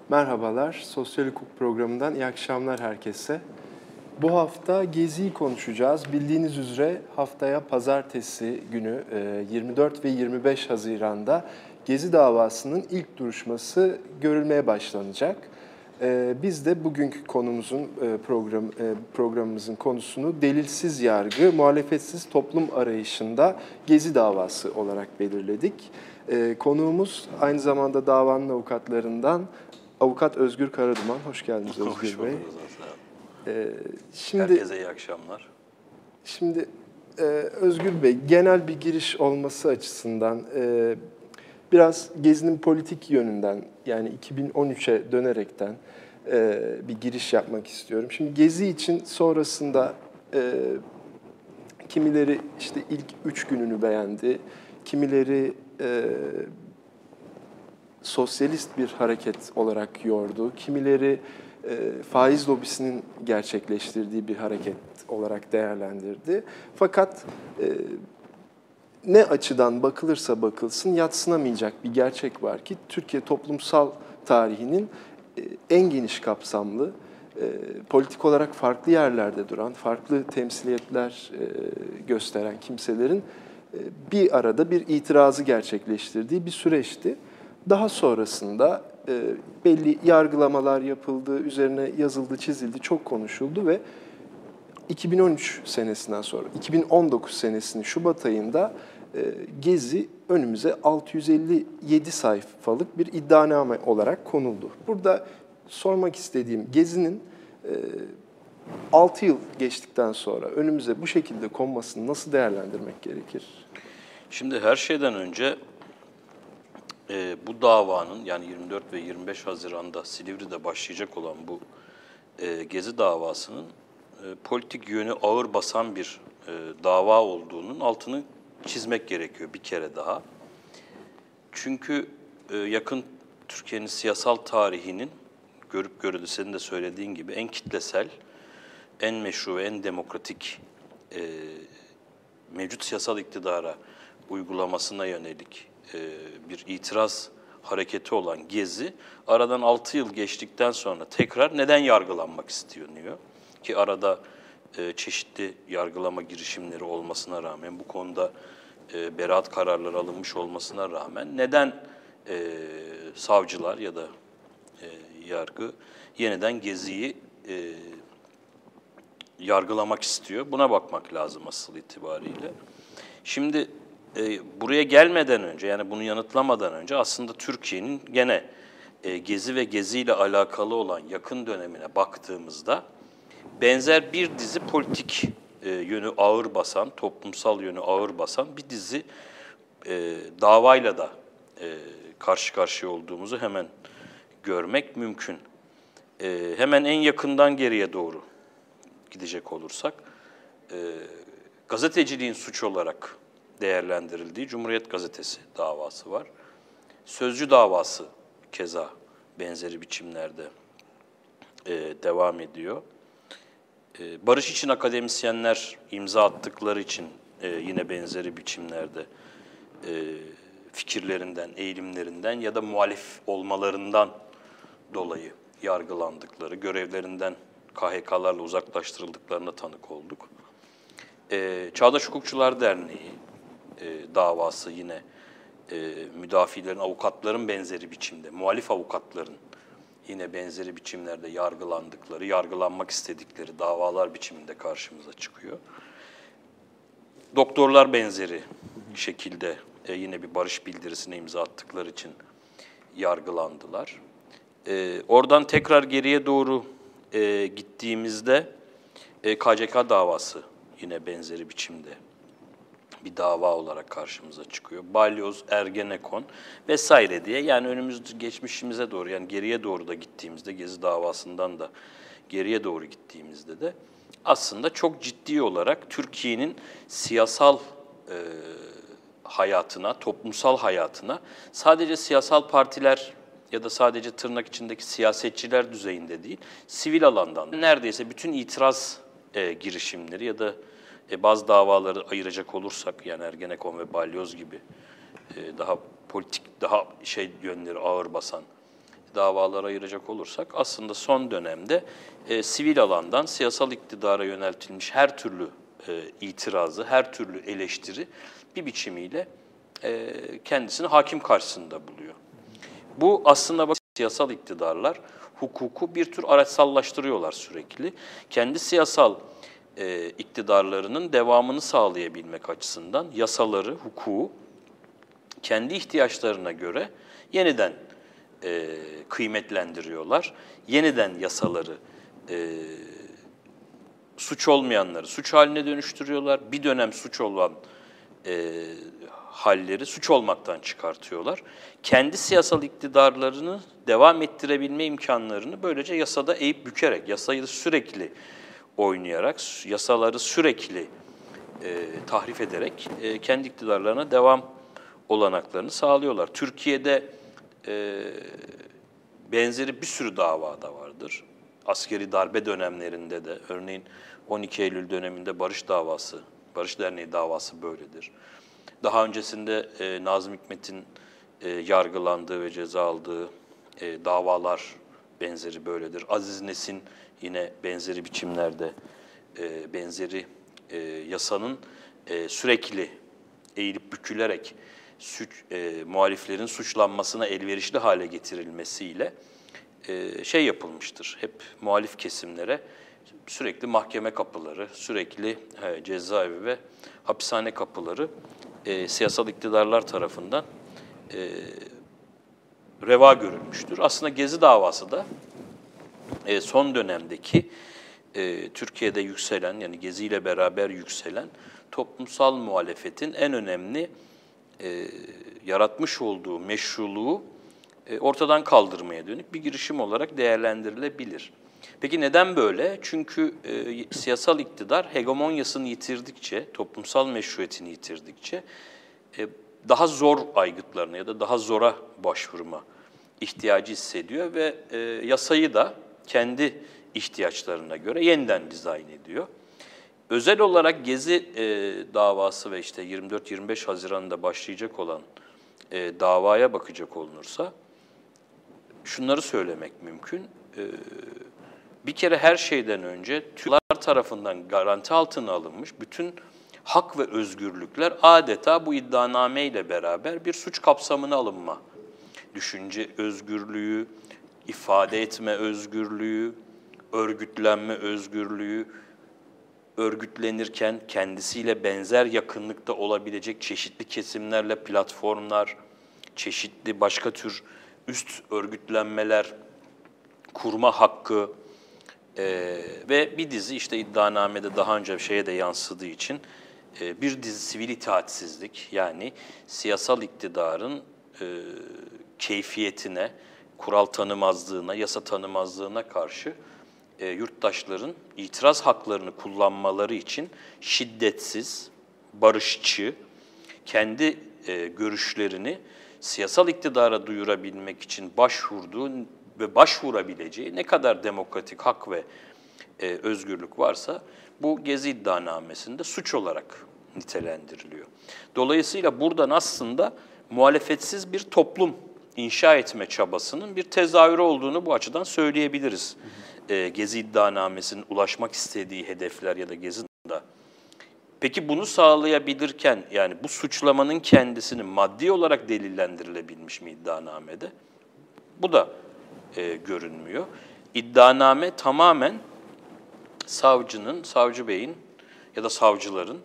Merhabalar, Sosyal Hukuk programından iyi akşamlar herkese. Bu hafta Gezi'yi konuşacağız. Bildiğiniz üzere haftaya pazartesi günü 24 ve 25 Haziran'da Gezi davasının ilk duruşması görülmeye başlanacak. Biz de bugünkü programımızın konusunu delilsiz yargı, muhalefetsiz toplum arayışında Gezi davası olarak belirledik. Konuğumuz aynı zamanda davanın avukatlarından Avukat Özgür Karaduman. Hoş geldiniz Özgür Bey. Herkese iyi akşamlar. Şimdi Özgür Bey, genel bir giriş olması açısından biraz Gezi'nin politik yönünden, yani 2013'e dönerekten bir giriş yapmak istiyorum. Şimdi Gezi için sonrasında kimileri işte ilk 3 gününü beğendi, kimileri sosyalist bir hareket olarak yordu, kimileri faiz lobisinin gerçekleştirdiği bir hareket olarak değerlendirdi. Fakat ne açıdan bakılırsa bakılsın yadsınamayacak bir gerçek var ki Türkiye toplumsal tarihinin en geniş kapsamlı, politik olarak farklı yerlerde duran, farklı temsiliyetler gösteren kimselerin bir arada bir itirazı gerçekleştirdiği bir süreçti. Daha sonrasında belli yargılamalar yapıldı, üzerine yazıldı, çizildi, çok konuşuldu ve 2013 senesinden sonra, 2019 senesinin Şubat ayında Gezi önümüze 657 sayfalık bir iddianame olarak konuldu. Burada sormak istediğim, Gezi'nin 6 yıl geçtikten sonra önümüze bu şekilde konmasını nasıl değerlendirmek gerekir? Şimdi her şeyden önce bu davanın, yani 24 ve 25 Haziran'da Silivri'de başlayacak olan bu Gezi davasının politik yönü ağır basan bir dava olduğunun altını çizmek gerekiyor bir kere daha. Çünkü yakın Türkiye'nin siyasal tarihinin görüp görüldü, senin de söylediğin gibi en kitlesel, en meşru ve en demokratik mevcut siyasal iktidara uygulamasına yönelik bir itiraz hareketi olan Gezi, aradan 6 yıl geçtikten sonra tekrar neden yargılanmak isteniyor? Ki arada çeşitli yargılama girişimleri olmasına rağmen, bu konuda beraat kararları alınmış olmasına rağmen neden savcılar ya da yargı yeniden Gezi'yi yargılamak istiyor? Buna bakmak lazım asıl itibariyle. Şimdi buraya gelmeden önce, yani bunu yanıtlamadan önce aslında Türkiye'nin gene Gezi ve Gezi ile alakalı olan yakın dönemine baktığımızda benzer bir dizi politik yönü ağır basan, toplumsal yönü ağır basan bir dizi davayla da karşı karşıya olduğumuzu hemen görmek mümkün. Hemen en yakından geriye doğru gidecek olursak, gazeteciliğin suç olarak değerlendirildiği Cumhuriyet Gazetesi davası var. Sözcü davası keza benzeri biçimlerde devam ediyor. Barış için akademisyenler imza attıkları için yine benzeri biçimlerde fikirlerinden, eğilimlerinden ya da muhalif olmalarından dolayı yargılandıkları, görevlerinden KHK'larla uzaklaştırıldıklarına tanık olduk. Çağdaş Hukukçular Derneği davası yine müdafilerin, avukatların benzeri biçimde, muhalif avukatların yine benzeri biçimlerde yargılandıkları, yargılanmak istedikleri davalar biçiminde karşımıza çıkıyor. Doktorlar benzeri şekilde yine bir barış bildirisine imza attıkları için yargılandılar. Oradan tekrar geriye doğru gittiğimizde KCK davası yine benzeri biçimde bir dava olarak karşımıza çıkıyor. Balyoz, Ergenekon vesaire diye, yani geçmişimize doğru, yani geriye doğru da gittiğimizde, Gezi davasından da geriye doğru gittiğimizde de aslında çok ciddi olarak Türkiye'nin siyasal hayatına, toplumsal hayatına sadece siyasal partiler ya da sadece tırnak içindeki siyasetçiler düzeyinde değil, sivil alandan neredeyse bütün itiraz girişimleri ya da bazı davaları ayıracak olursak, yani Ergenekon ve Balyoz gibi daha politik, daha yönleri ağır basan davalara ayıracak olursak aslında son dönemde sivil alandan siyasal iktidara yöneltilmiş her türlü itirazı, her türlü eleştiri bir biçimiyle kendisini hakim karşısında buluyor. Bu aslında siyasal iktidarlar hukuku bir tür araçsallaştırıyorlar sürekli. Kendi siyasal iktidarlarının devamını sağlayabilmek açısından yasaları, hukuku kendi ihtiyaçlarına göre yeniden kıymetlendiriyorlar. Yeniden yasaları, suç olmayanları suç haline dönüştürüyorlar. Bir dönem suç olan halleri suç olmaktan çıkartıyorlar. Kendi siyasal iktidarlarını devam ettirebilme imkanlarını böylece yasada eğip bükerek, yasayı sürekli oynayarak, yasaları sürekli tahrif ederek kendi iktidarlarına devam olanaklarını sağlıyorlar. Türkiye'de benzeri bir sürü davada vardır. Askeri darbe dönemlerinde de, örneğin 12 Eylül döneminde Barış davası, Barış Derneği davası böyledir. Daha öncesinde Nazım Hikmet'in yargılandığı ve ceza aldığı davalar benzeri böyledir. Aziz Nesin yine benzeri biçimlerde, benzeri yasanın sürekli eğilip bükülerek muhaliflerin suçlanmasına elverişli hale getirilmesiyle şey yapılmıştır. Hep muhalif kesimlere sürekli mahkeme kapıları, sürekli cezaevi ve hapishane kapıları siyasal iktidarlar tarafından reva görülmüştür. Aslında Gezi davası da son dönemdeki Türkiye'de yükselen, yani Gezi ile beraber yükselen toplumsal muhalefetin en önemli yaratmış olduğu meşruluğu ortadan kaldırmaya dönük bir girişim olarak değerlendirilebilir. Peki neden böyle? Çünkü siyasal iktidar hegemonyasını yitirdikçe, toplumsal meşruiyetini yitirdikçe daha zor aygıtlarına ya da daha zora başvurma ihtiyacı hissediyor ve yasayı da kendi ihtiyaçlarına göre yeniden dizayn ediyor. Özel olarak Gezi davası ve işte 24-25 Haziran'da başlayacak olan davaya bakacak olunursa şunları söylemek mümkün. Bir kere her şeyden önce Türkler tarafından garanti altına alınmış bütün hak ve özgürlükler adeta bu iddianame ile beraber bir suç kapsamına alınma. Düşünce özgürlüğü, ifade etme özgürlüğü, örgütlenme özgürlüğü, örgütlenirken kendisiyle benzer yakınlıkta olabilecek çeşitli kesimlerle platformlar, çeşitli başka tür üst örgütlenmeler kurma hakkı ve bir dizi işte iddianamede daha önce şeye de yansıdığı için bir dizi sivil itaatsizlik, yani siyasal iktidarın keyfiyetine, kural tanımazlığına, yasa tanımazlığına karşı yurttaşların itiraz haklarını kullanmaları için şiddetsiz, barışçı, kendi görüşlerini siyasal iktidara duyurabilmek için başvurduğu ve başvurabileceği ne kadar demokratik hak ve özgürlük varsa bu Gezi iddianamesinde suç olarak nitelendiriliyor. Dolayısıyla buradan aslında muhalefetsiz bir toplum inşa etme çabasının bir tezahürü olduğunu bu açıdan söyleyebiliriz. Gezi iddianamesinin ulaşmak istediği hedefler ya da Gezi'de. Peki bunu sağlayabilirken, yani bu suçlamanın kendisini maddi olarak delillendirilebilmiş mi iddianamede? Bu da görünmüyor. İddianame tamamen savcının, savcı beyin ya da savcıların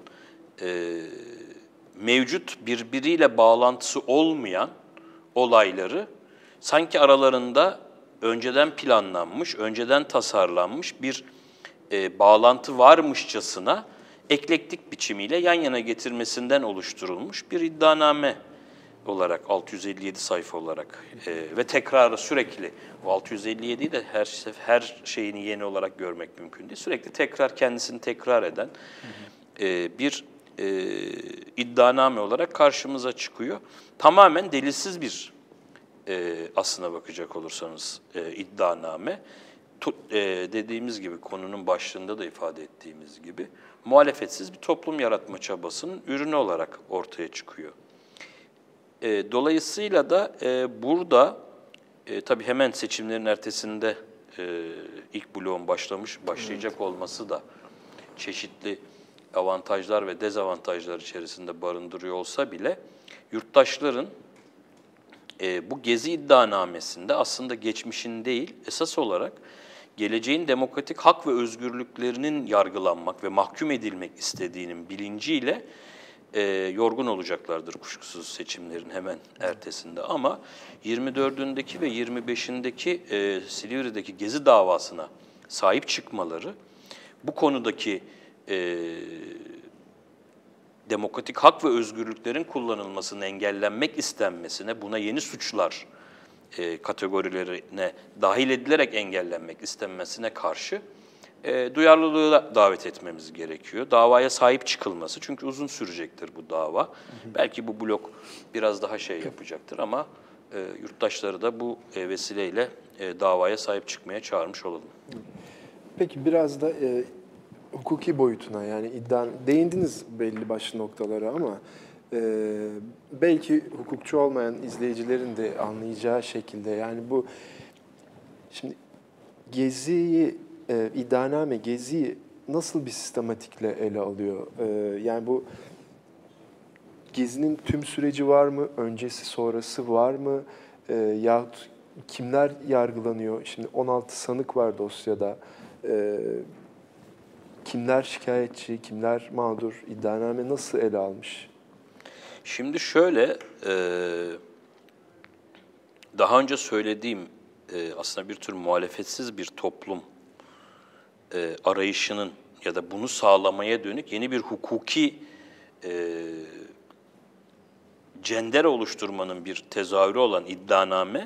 mevcut birbiriyle bağlantısı olmayan olayları sanki aralarında önceden planlanmış, önceden tasarlanmış bir bağlantı varmışçasına eklektik biçimiyle yan yana getirmesinden oluşturulmuş bir iddianame olarak 657 sayfa olarak ve tekrarı sürekli o 657'yi de her şeyini yeni olarak görmek mümkün değil. Sürekli tekrar kendisini tekrar eden bir iddianame olarak karşımıza çıkıyor. Tamamen delilsiz bir aslına bakacak olursanız iddianame. Dediğimiz gibi konunun başlığında da ifade ettiğimiz gibi muhalefetsiz bir toplum yaratma çabasının ürünü olarak ortaya çıkıyor. Dolayısıyla da burada Tabii hemen seçimlerin ertesinde ilk bloğun başlayacak olması da çeşitli avantajlar ve dezavantajlar içerisinde barındırıyor olsa bile yurttaşların bu Gezi iddianamesinde aslında geçmişin değil, esas olarak geleceğin demokratik hak ve özgürlüklerinin yargılanmak ve mahkum edilmek istediğinin bilinciyle yorgun olacaklardır kuşkusuz seçimlerin hemen ertesinde. Ama 24'ündeki ve 25'indeki Silivri'deki Gezi davasına sahip çıkmaları, bu konudaki demokratik hak ve özgürlüklerin kullanılmasının engellenmek istenmesine, buna yeni suçlar kategorilerine dahil edilerek engellenmek istenmesine karşı duyarlılığı davet etmemiz gerekiyor. Davaya sahip çıkılması, çünkü uzun sürecektir bu dava. Belki bu blok biraz daha yapacaktır ama yurttaşları da bu vesileyle davaya sahip çıkmaya çağırmış olalım. Peki biraz da hukuki boyutuna, yani değindiniz belli başlı noktalara ama belki hukukçu olmayan izleyicilerin de anlayacağı şekilde, yani bu şimdi Gezi'yi, iddianame Gezi'yi nasıl bir sistematikle ele alıyor? Yani bu Gezi'nin tüm süreci var mı? Öncesi sonrası var mı? Yahut kimler yargılanıyor? Şimdi 16 sanık var dosyada. Kimler şikayetçi, kimler mağdur? İddianame nasıl ele almış? Şimdi şöyle, daha önce söylediğim aslında bir tür muhalefetsiz bir toplum arayışının ya da bunu sağlamaya dönük yeni bir hukuki cender oluşturmanın bir tezahürü olan iddianame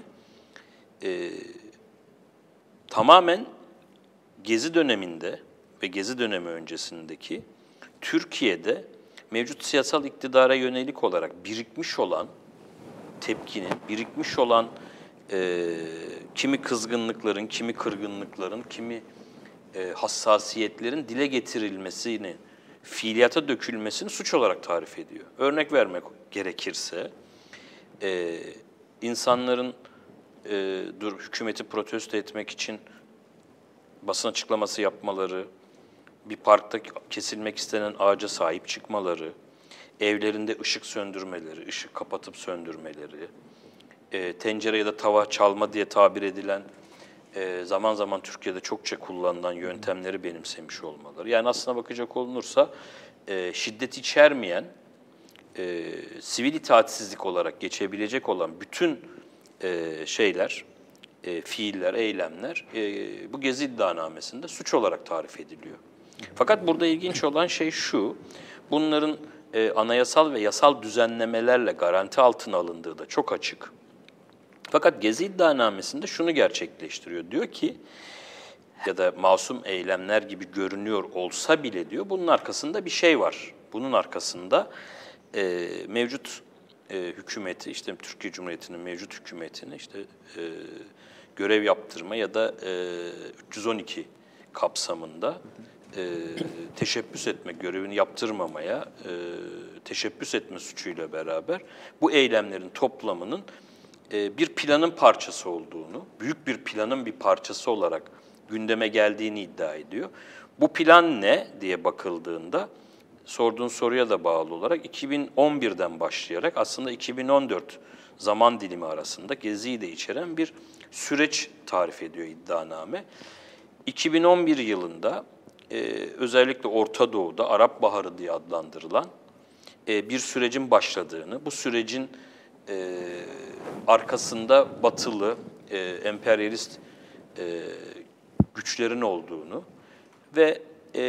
tamamen Gezi döneminde ve Gezi dönemi öncesindeki Türkiye'de mevcut siyasal iktidara yönelik olarak birikmiş olan tepkinin, birikmiş olan kimi kızgınlıkların, kimi kırgınlıkların, kimi hassasiyetlerin dile getirilmesini, fiiliyata dökülmesini suç olarak tarif ediyor. Örnek vermek gerekirse, insanların hükümeti protesto etmek için basın açıklaması yapmaları, bir parkta kesilmek istenen ağaca sahip çıkmaları, evlerinde ışık söndürmeleri, ışık kapatıp söndürmeleri, tencere ya da tava çalma diye tabir edilen, zaman zaman Türkiye'de çokça kullanılan yöntemleri benimsemiş olmaları. Yani aslına bakacak olunursa şiddet içermeyen, sivil itaatsizlik olarak geçebilecek olan bütün fiiller, eylemler bu Gezi iddianamesinde suç olarak tarif ediliyor. Fakat burada ilginç olan şey şu, bunların anayasal ve yasal düzenlemelerle garanti altına alındığı da çok açık. Fakat Gezi iddianamesinde şunu gerçekleştiriyor. Diyor ki, ya da masum eylemler gibi görünüyor olsa bile diyor, bunun arkasında bir şey var. Bunun arkasında mevcut hükümeti, işte Türkiye Cumhuriyeti'nin mevcut hükümetini görev yaptırma ya da 312 kapsamında teşebbüs etme, görevini yaptırmamaya teşebbüs etme suçuyla beraber bu eylemlerin toplamının bir planın parçası olduğunu, büyük bir planın bir parçası olarak gündeme geldiğini iddia ediyor. Bu plan ne diye bakıldığında, sorduğun soruya da bağlı olarak 2011'den başlayarak aslında 2014 zaman dilimi arasında Gezi'yi de içeren bir süreç tarif ediyor iddianame. 2011 yılında özellikle Orta Doğu'da Arap Baharı diye adlandırılan bir sürecin başladığını, bu sürecin arkasında batılı, emperyalist güçlerin olduğunu ve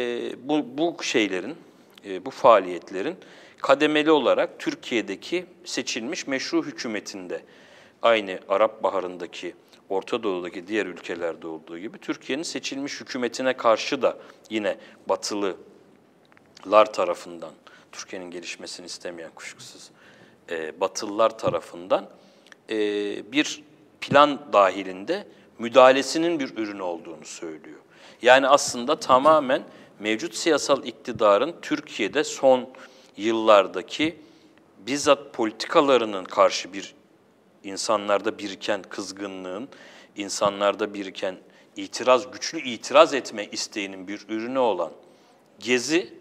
bu faaliyetlerin kademeli olarak Türkiye'deki seçilmiş meşru hükümetinde, aynı Arap Baharı'ndaki, Orta Doğu'daki diğer ülkelerde olduğu gibi Türkiye'nin seçilmiş hükümetine karşı da yine Batılılar tarafından, Türkiye'nin gelişmesini istemeyen kuşkusuz Batılılar tarafından bir plan dahilinde müdahalesinin bir ürünü olduğunu söylüyor. Yani aslında tamamen mevcut siyasal iktidarın Türkiye'de son yıllardaki bizzat politikalarının karşı bir insanlarda biriken kızgınlığın, insanlarda biriken güçlü itiraz etme isteğinin bir ürünü olan Gezi,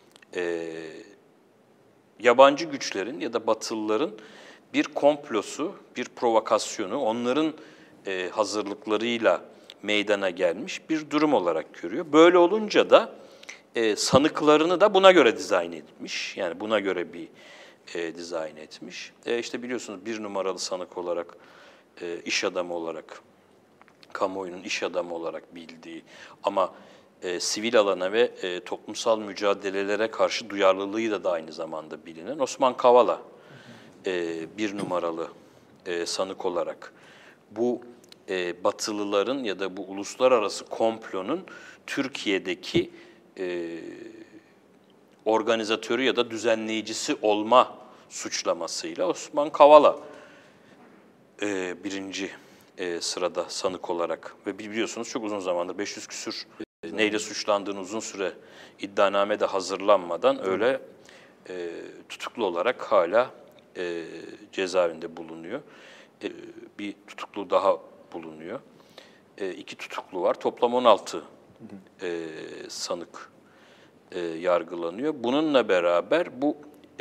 yabancı güçlerin ya da Batılıların bir komplosu, bir provokasyonu, onların hazırlıklarıyla meydana gelmiş bir durum olarak görüyor. Böyle olunca da sanıklarını da buna göre dizayn etmiş. Yani buna göre bir dizayn etmiş. İşte biliyorsunuz bir numaralı sanık olarak, iş adamı olarak, kamuoyunun iş adamı olarak bildiği ama sivil alana ve toplumsal mücadelelere karşı duyarlılığıyla da aynı zamanda bilinen Osman Kavala bir numaralı sanık olarak bu Batılıların ya da bu uluslararası komplonun Türkiye'deki organizatörü ya da düzenleyicisi olma suçlamasıyla Osman Kavala birinci sırada sanık olarak ve biliyorsunuz çok uzun zamandır 500 küsür neyle suçlandığını uzun süre iddianame de hazırlanmadan öyle tutuklu olarak hala cezaevinde bulunuyor. Bir tutuklu daha bulunuyor. 2 tutuklu var. Toplam 16 sanık yargılanıyor. Bununla beraber bu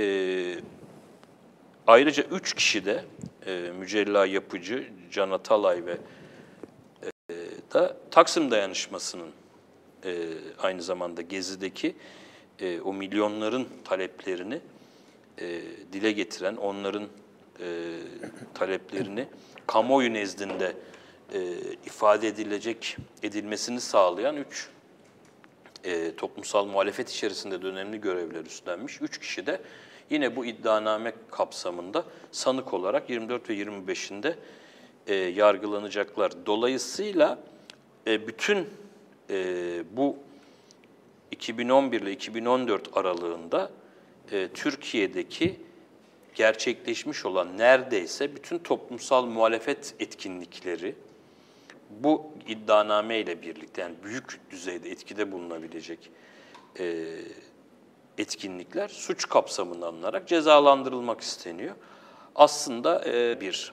ayrıca 3 kişi de Mücella Yapıcı, Can Atalay ve da Taksim Dayanışması'nın aynı zamanda Gezi'deki o milyonların taleplerini dile getiren, onların taleplerini kamuoyu nezdinde ifade edilmesini sağlayan 3 toplumsal muhalefet içerisinde de önemli görevler üstlenmiş. 3 kişi de yine bu iddianame kapsamında sanık olarak 24 ve 25'inde yargılanacaklar. Dolayısıyla bütün bu 2011 ile 2014 aralığında Türkiye'deki gerçekleşmiş olan neredeyse bütün toplumsal muhalefet etkinlikleri bu iddianame ile birlikte, yani büyük düzeyde etkide bulunabilecek etkinlikler suç kapsamına alınarak cezalandırılmak isteniyor. Aslında bir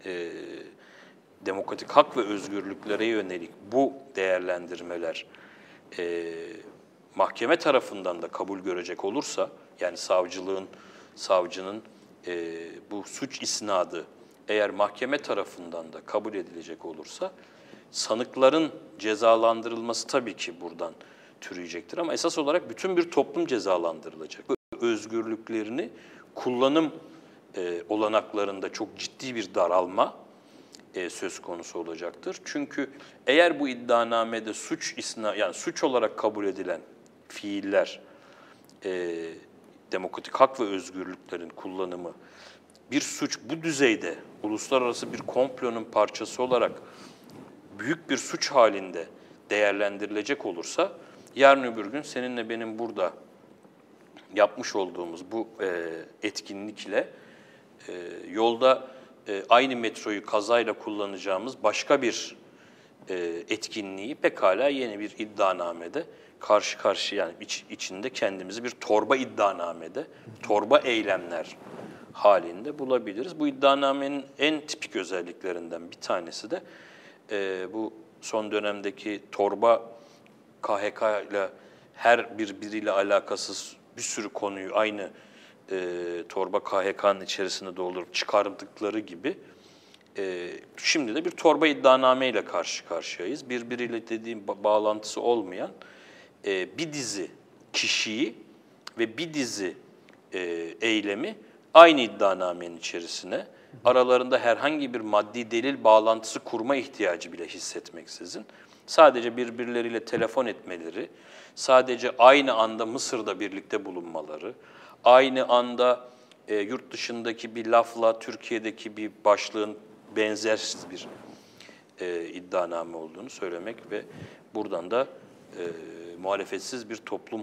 demokratik hak ve özgürlüklere yönelik bu değerlendirmeler mahkeme tarafından da kabul görecek olursa, yani savcının bu suç isnadı eğer mahkeme tarafından da kabul edilecek olursa, sanıkların cezalandırılması tabii ki buradan türeyecektir. Ama esas olarak bütün bir toplum cezalandırılacak. Özgürlüklerini kullanım olanaklarında çok ciddi bir daralma söz konusu olacaktır. Çünkü eğer bu iddianamede yani suç olarak kabul edilen fiiller, demokratik hak ve özgürlüklerin kullanımı bir suç bu düzeyde uluslararası bir komplonun parçası olarak büyük bir suç halinde değerlendirilecek olursa, yarın öbür gün seninle benim burada yapmış olduğumuz bu etkinlikle yolda aynı metroyu kazayla kullanacağımız başka bir etkinliği pekala yeni bir iddianamede karşı karşıya, yani içinde kendimizi bir torba iddianamede, torba eylemler halinde bulabiliriz. Bu iddianamenin en tipik özelliklerinden bir tanesi de bu son dönemdeki torba KHK ile her birbiriyle alakasız bir sürü konuyu aynı torba KHK'nın içerisinde doldurup çıkardıkları gibi şimdi de bir torba iddianame ile karşı karşıyayız. Birbiriyle dediğim bağlantısı olmayan bir dizi kişiyi ve bir dizi eylemi aynı iddianamenin içerisine, aralarında herhangi bir maddi delil bağlantısı kurma ihtiyacı bile hissetmeksizin, sadece birbirleriyle telefon etmeleri, sadece aynı anda Mısır'da birlikte bulunmaları, aynı anda yurt dışındaki bir lafla Türkiye'deki bir başlığın benzersiz bir iddianame olduğunu söylemek ve buradan da muhalefetsiz bir toplum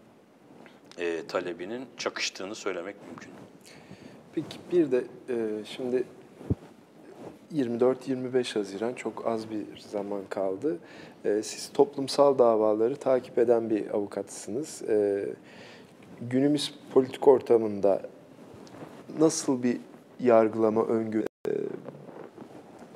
talebinin çakıştığını söylemek mümkün. Peki bir de şimdi 24-25 Haziran çok az bir zaman kaldı. Siz toplumsal davaları takip eden bir avukatsınız. Günümüz politik ortamında nasıl bir yargılama öngörü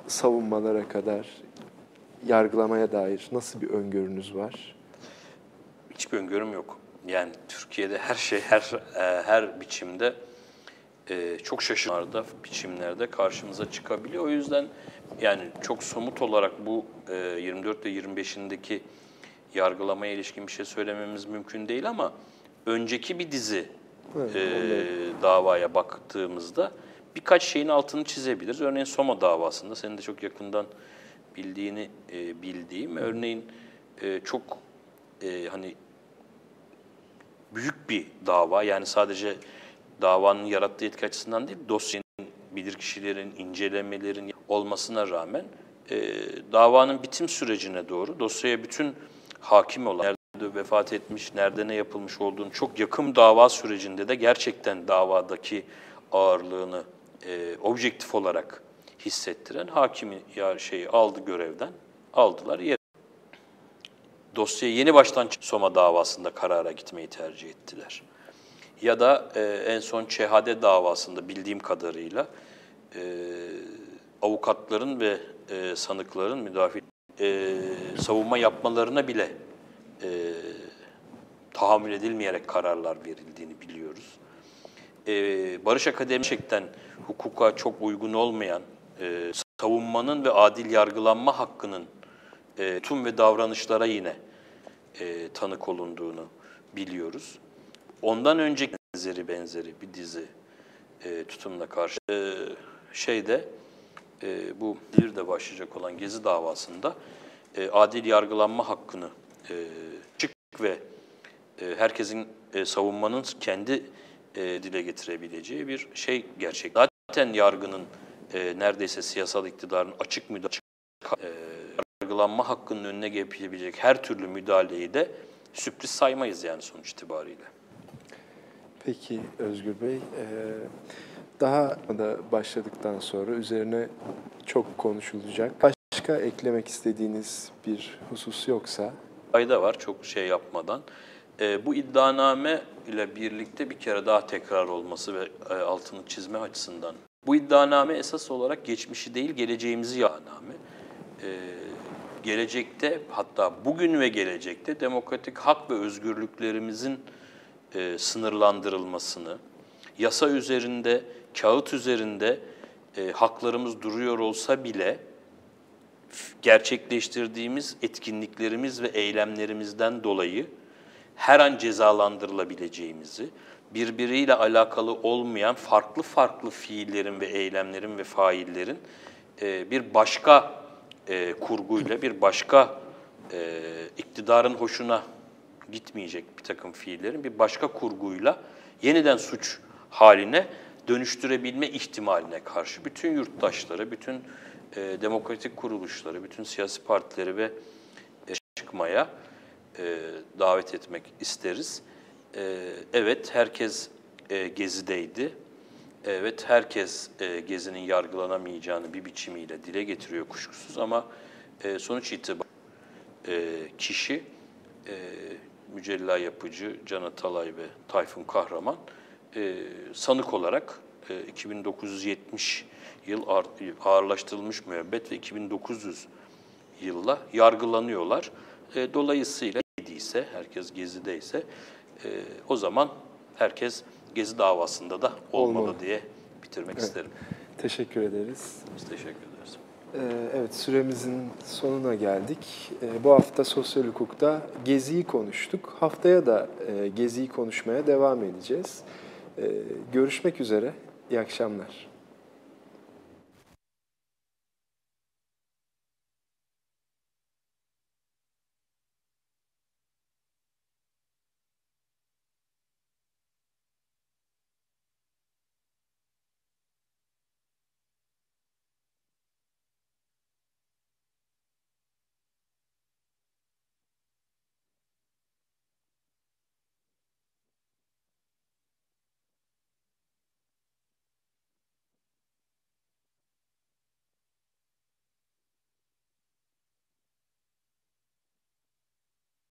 savunmalara kadar yargılamaya dair nasıl bir öngörünüz var? Hiçbir öngörüm yok. Yani Türkiye'de her şey, her biçimde çok şaşırtıcı biçimlerde karşımıza çıkabiliyor. O yüzden yani çok somut olarak bu 24 ve 25'indeki yargılamaya ilişkin bir şey söylememiz mümkün değil ama önceki bir dizi davaya baktığımızda birkaç şeyin altını çizebiliriz. Örneğin Soma davasında senin de çok yakından bildiğim örneğin çok hani büyük bir dava, yani sadece davanın yarattığı etki açısından değil, dosyanın, bilirkişilerin, incelemelerin olmasına rağmen davanın bitim sürecine doğru dosyaya bütün hakim olan, nerede vefat etmiş, nerede ne yapılmış olduğunu çok yakın dava sürecinde de gerçekten davadaki ağırlığını objektif olarak hissettiren hakimi görevden aldılar. Dosyayı yeni baştan Soma davasında karara gitmeyi tercih ettiler. Ya da en son Çehade davasında bildiğim kadarıyla avukatların ve sanıkların müdafaa savunma yapmalarına bile tahammül edilmeyerek kararlar verildiğini biliyoruz. Barış Akademi gerçekten hukuka çok uygun olmayan, savunmanın ve adil yargılanma hakkının tutum ve davranışlara yine tanık olunduğunu biliyoruz. Ondan önceki benzeri bir dizi tutumla karşı bu de başlayacak olan Gezi davasında adil yargılanma hakkını açık ve herkesin savunmanın kendi dile getirebileceği bir şey gerçek. Zaten yargının neredeyse siyasal iktidarın açık yargılanma hakkının önüne gelebilecek her türlü müdahaleyi de sürpriz saymayız yani sonuç itibariyle. Peki Özgür Bey, daha da başladıktan sonra üzerine çok konuşulacak. Başka eklemek istediğiniz bir husus yoksa? Fayda var çok şey yapmadan. Bu iddianame ile birlikte bir kere daha tekrar olması ve altını çizme açısından. Bu iddianame esas olarak geçmişi değil, geleceğimizi iddianame. Gelecekte, hatta bugün ve gelecekte demokratik hak ve özgürlüklerimizin sınırlandırılmasını, yasa üzerinde, kağıt üzerinde haklarımız duruyor olsa bile gerçekleştirdiğimiz etkinliklerimiz ve eylemlerimizden dolayı her an cezalandırılabileceğimizi, birbiriyle alakalı olmayan farklı fiillerin ve eylemlerin ve faillerin bir başka kurguyla, bir başka iktidarın hoşuna gitmeyecek bir takım fiillerin bir başka kurguyla yeniden suç haline dönüştürebilme ihtimaline karşı bütün yurttaşları, bütün demokratik kuruluşları, bütün siyasi partileri ve çıkmaya davet etmek isteriz. Evet, herkes Gezi'deydi. Evet, herkes Gezi'nin yargılanamayacağını bir biçimiyle dile getiriyor kuşkusuz ama sonuç itibariyle kişi, Mücella Yapıcı, Can Atalay ve Tayfun Kahraman sanık olarak 2970 yıl ağırlaştırılmış müebbet ve 2900 yılla yargılanıyorlar. Dolayısıyla herkes Gezi'deyse o zaman herkes Gezi davasında da olmalı diye bitirmek isterim. Teşekkür ederiz. Biz teşekkür ederiz. Evet, süremizin sonuna geldik. Bu hafta sosyal hukukta Gezi'yi konuştuk. Haftaya da Gezi'yi konuşmaya devam edeceğiz. Görüşmek üzere. İyi akşamlar.